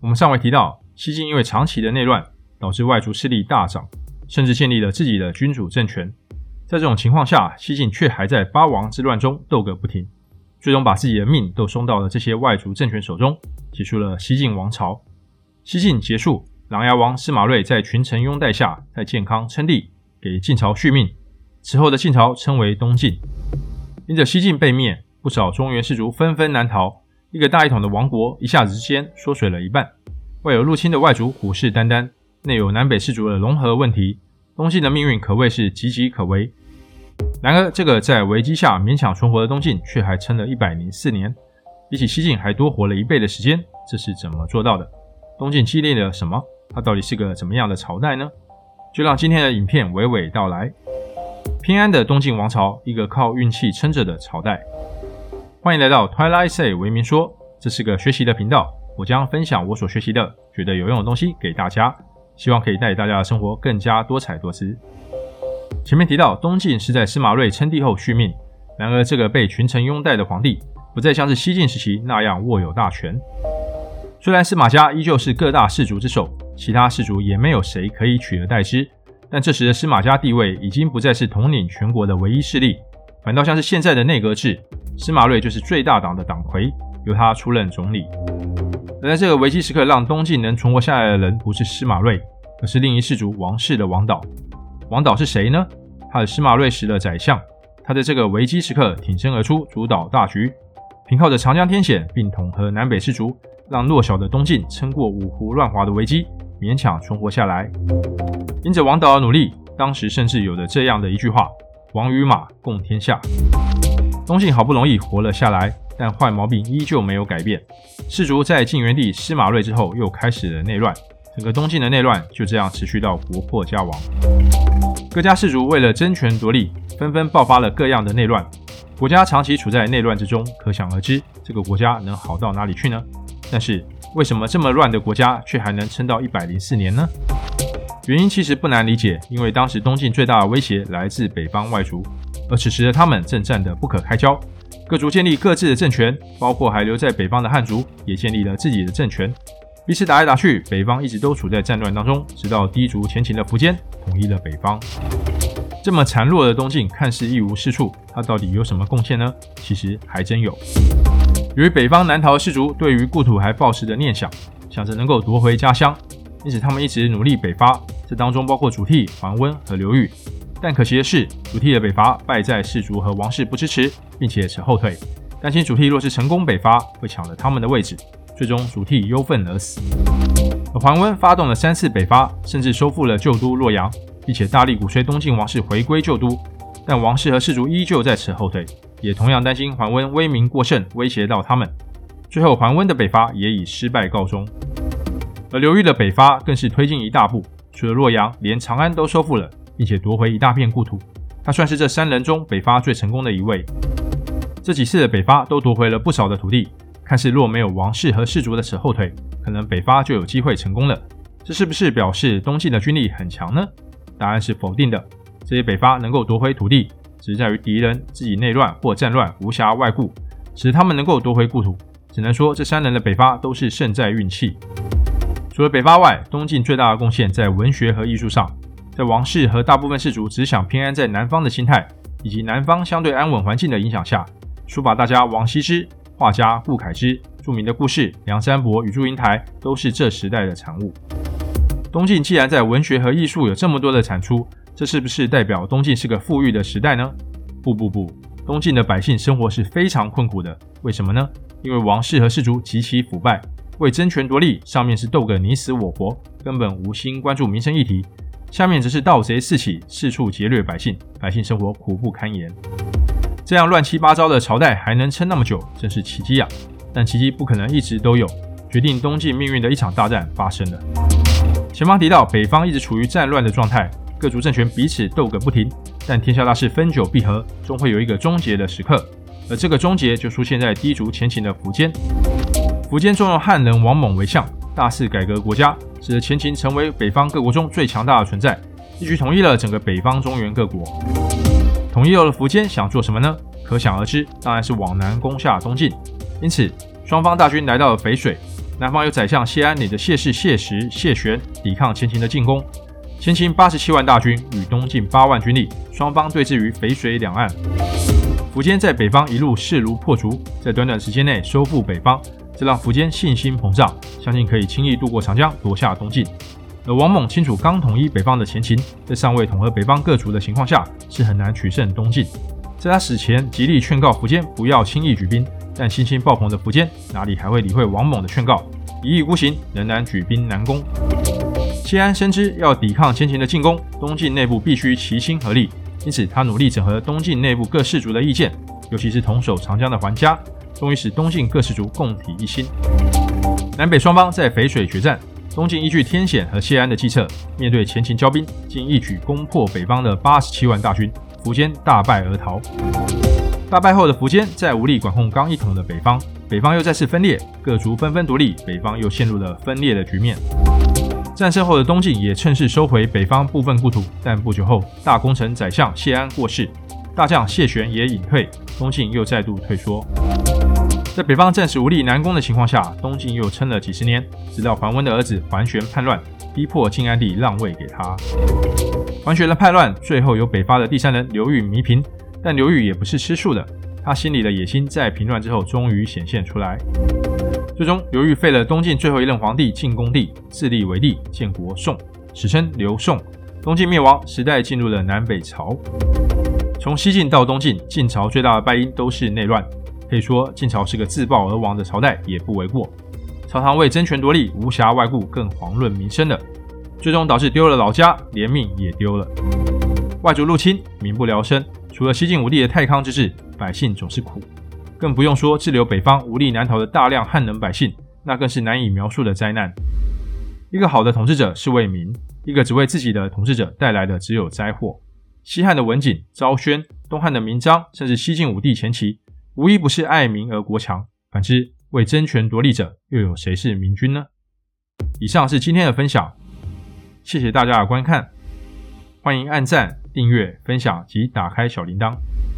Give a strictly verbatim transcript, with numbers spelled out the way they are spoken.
我们上回提到，西晋因为长期的内乱，导致外族势力大涨，甚至建立了自己的君主政权。在这种情况下，西晋却还在八王之乱中斗个不停，最终把自己的命都送到了这些外族政权手中，结束了西晋王朝。西晋结束，琅琊王司马睿在群臣拥戴下，在建康称帝，给晋朝续命。此后的晋朝称为东晋。因着西晋被灭，不少中原士族纷纷南逃，一个大一统的王国一下子之间缩水了一半。外有入侵的外族虎视眈眈，内有南北士族的融合问题，东晋的命运可谓是岌岌可危。然而，这个在危机下勉强存活的东晋，却还撑了一百零四年，比起西晋还多活了一倍的时间，这是怎么做到的？东晋经历了什么？它到底是个怎么样的朝代呢？就让今天的影片娓娓道来。偏安的东晋王朝，一个靠运气撑着的朝代。欢迎来到 Twilight Say 为民说，这是个学习的频道，我将分享我所学习的觉得有用的东西给大家，希望可以带大家的生活更加多彩多姿。前面提到，东晋是在司马睿称帝后续命，然而这个被群臣拥戴的皇帝，不再像是西晋时期那样握有大权。虽然司马家依旧是各大氏族之首，其他氏族也没有谁可以取而代之，但这时的司马家地位已经不再是统领全国的唯一势力，反倒像是现在的内阁制，司马睿就是最大党的党魁，由他出任总理。而在这个危机时刻，让东晋能存活下来的人不是司马睿，而是另一氏族王氏的王导。王导是谁呢？他是司马睿时的宰相，他在这个危机时刻挺身而出，主导大局，凭靠着长江天险，并统合南北士族，让弱小的东晋撑过五胡乱华的危机，勉强存活下来。因着王导的努力，当时甚至有着这样的一句话：王与马，共天下。东晋好不容易活了下来，但坏毛病依旧没有改变。士族在晋元帝司马睿之后又开始了内乱，整个东晋的内乱就这样持续到国破家亡。各家士族为了争权夺利，纷纷爆发了各样的内乱。国家长期处在内乱之中，可想而知，这个国家能好到哪里去呢？但是为什么这么乱的国家却还能撑到一百零四年呢？原因其实不难理解，因为当时东晋最大的威胁来自北方外族，而此时的他们正战得不可开交，各族建立各自的政权，包括还留在北方的汉族也建立了自己的政权，彼此打来打去，北方一直都处在战乱当中，直到氐族前秦的苻坚统一了北方。这么孱弱的东晋看似一无是处，他到底有什么贡献呢？其实还真有。由于北方南逃的士族对于故土还抱持着念想，想着能够夺回家乡，因此他们一直努力北伐，这当中包括祖逖、桓温和刘裕。但可惜的是，祖逖的北伐败在士族和王室不支持，并且扯后腿，担心祖逖若是成功北伐，会抢了他们的位置，最终祖逖忧愤而死。而桓温发动了三次北伐，甚至收复了旧都洛阳，并且大力鼓吹东晋王室回归旧都，但王室和士族依旧在扯后腿，也同样担心桓温威名过剩，威胁到他们。最后桓温的北伐也以失败告终。而刘裕的北伐更是推进一大步，除了洛阳，连长安都收复了，并且夺回一大片故土。他算是这三人中北伐最成功的一位。这几次的北伐都夺回了不少的土地，看似若没有王室和士族的扯后腿，可能北伐就有机会成功了。这是不是表示东晋的军力很强呢？答案是否定的。这些北伐能够夺回土地，只是在于敌人自己内乱或战乱无暇外顾，使他们能够夺回故土。只能说这三人的北伐都是胜在运气。除了北伐外，东晋最大的贡献在文学和艺术上。在王室和大部分士族只想偏安在南方的心态，以及南方相对安稳环境的影响下，书法大家王羲之、画家顾恺之、著名的故事梁山伯与祝英台都是这时代的产物。东晋既然在文学和艺术有这么多的产出，这是不是代表东晋是个富裕的时代呢？不不不，东晋的百姓生活是非常困苦的。为什么呢？因为王室和士族极其腐败，为争权夺利，上面是斗个你死我活，根本无心关注民生议题，下面则是盗贼四起，四处劫掠百姓，百姓生活苦不堪言。这样乱七八糟的朝代还能撑那么久，真是奇迹啊！但奇迹不可能一直都有，决定东晋命运的一场大战发生了。前方提到，北方一直处于战乱的状态，各族政权彼此斗个不停，但天下大事分久必合，终会有一个终结的时刻。而这个终结就出现在氐族前秦的苻坚。苻坚重用汉人王猛为相，大肆改革国家，使得前秦成为北方各国中最强大的存在，一举统一了整个北方中原各国。统一后的苻坚想做什么呢？可想而知，当然是往南攻下东晋。因此，双方大军来到了淝水。 南方有宰相谢安领着谢氏、谢石、谢玄抵抗前秦的进攻，前秦八十七万大军与东晋八万军力，双方对峙于淝水两岸。苻坚在北方一路势如破竹，在短短时间内收复北方，这让苻坚信心膨胀，相信可以轻易渡过长江，夺下东晋。而王猛清楚刚统一北方的前秦，在尚未统合北方各族的情况下，是很难取胜东晋。在他死前极力劝告苻坚不要轻易举兵，但信心爆棚的苻坚哪里还会理会王猛的劝告，一意孤行，仍然举兵南攻。谢安深知要抵抗前秦的进攻，东晋内部必须齐心合力，因此他努力整合东晋内部各氏族的意见，尤其是统守长江的桓家，终于使东晋各氏族共体一心。南北双方在淝水决战，东晋依据天险和谢安的计策，面对前秦骄兵，竟一举攻破北方的八十七万大军，苻坚大败而逃。大败后的苻坚在无力管控刚一统的北方，北方又再次分裂，各族纷纷独立，北方又陷入了分裂的局面。战胜后的东晋也趁势收回北方部分故土，但不久后，大功臣宰相谢安过世，大将谢玄也隐退，东晋又再度退缩。在北方暂时无力南攻的情况下，东晋又撑了几十年，直到桓温的儿子桓玄叛乱，逼迫晋安帝让位给他。桓玄的叛乱最后由北伐的第三人刘裕弥平，但刘裕也不是吃素的，他心里的野心在平乱之后终于显现出来。最终，刘裕废了东晋最后一任皇帝晋恭帝，自立为帝，建国宋，史称刘宋。东晋灭亡，时代进入了南北朝。从西晋到东晋，晋朝最大的败因都是内乱，可以说晋朝是个自暴而亡的朝代，也不为过。朝堂为争权夺利，无暇外顾，更遑论民生了，最终导致丢了老家，连命也丢了。外族入侵，民不聊生，除了西晋武帝的太康之治，百姓总是苦。更不用说滞留北方无力南逃的大量汉人百姓，那更是难以描述的灾难。一个好的统治者是为民，一个只为自己的统治者带来的只有灾祸。西汉的文景、昭宣，东汉的明章，甚至西晋武帝前期，无一不是爱民而国强。反之，为争权夺利者，又有谁是明君呢？以上是今天的分享，谢谢大家的观看，欢迎按赞、订阅、分享及打开小铃铛。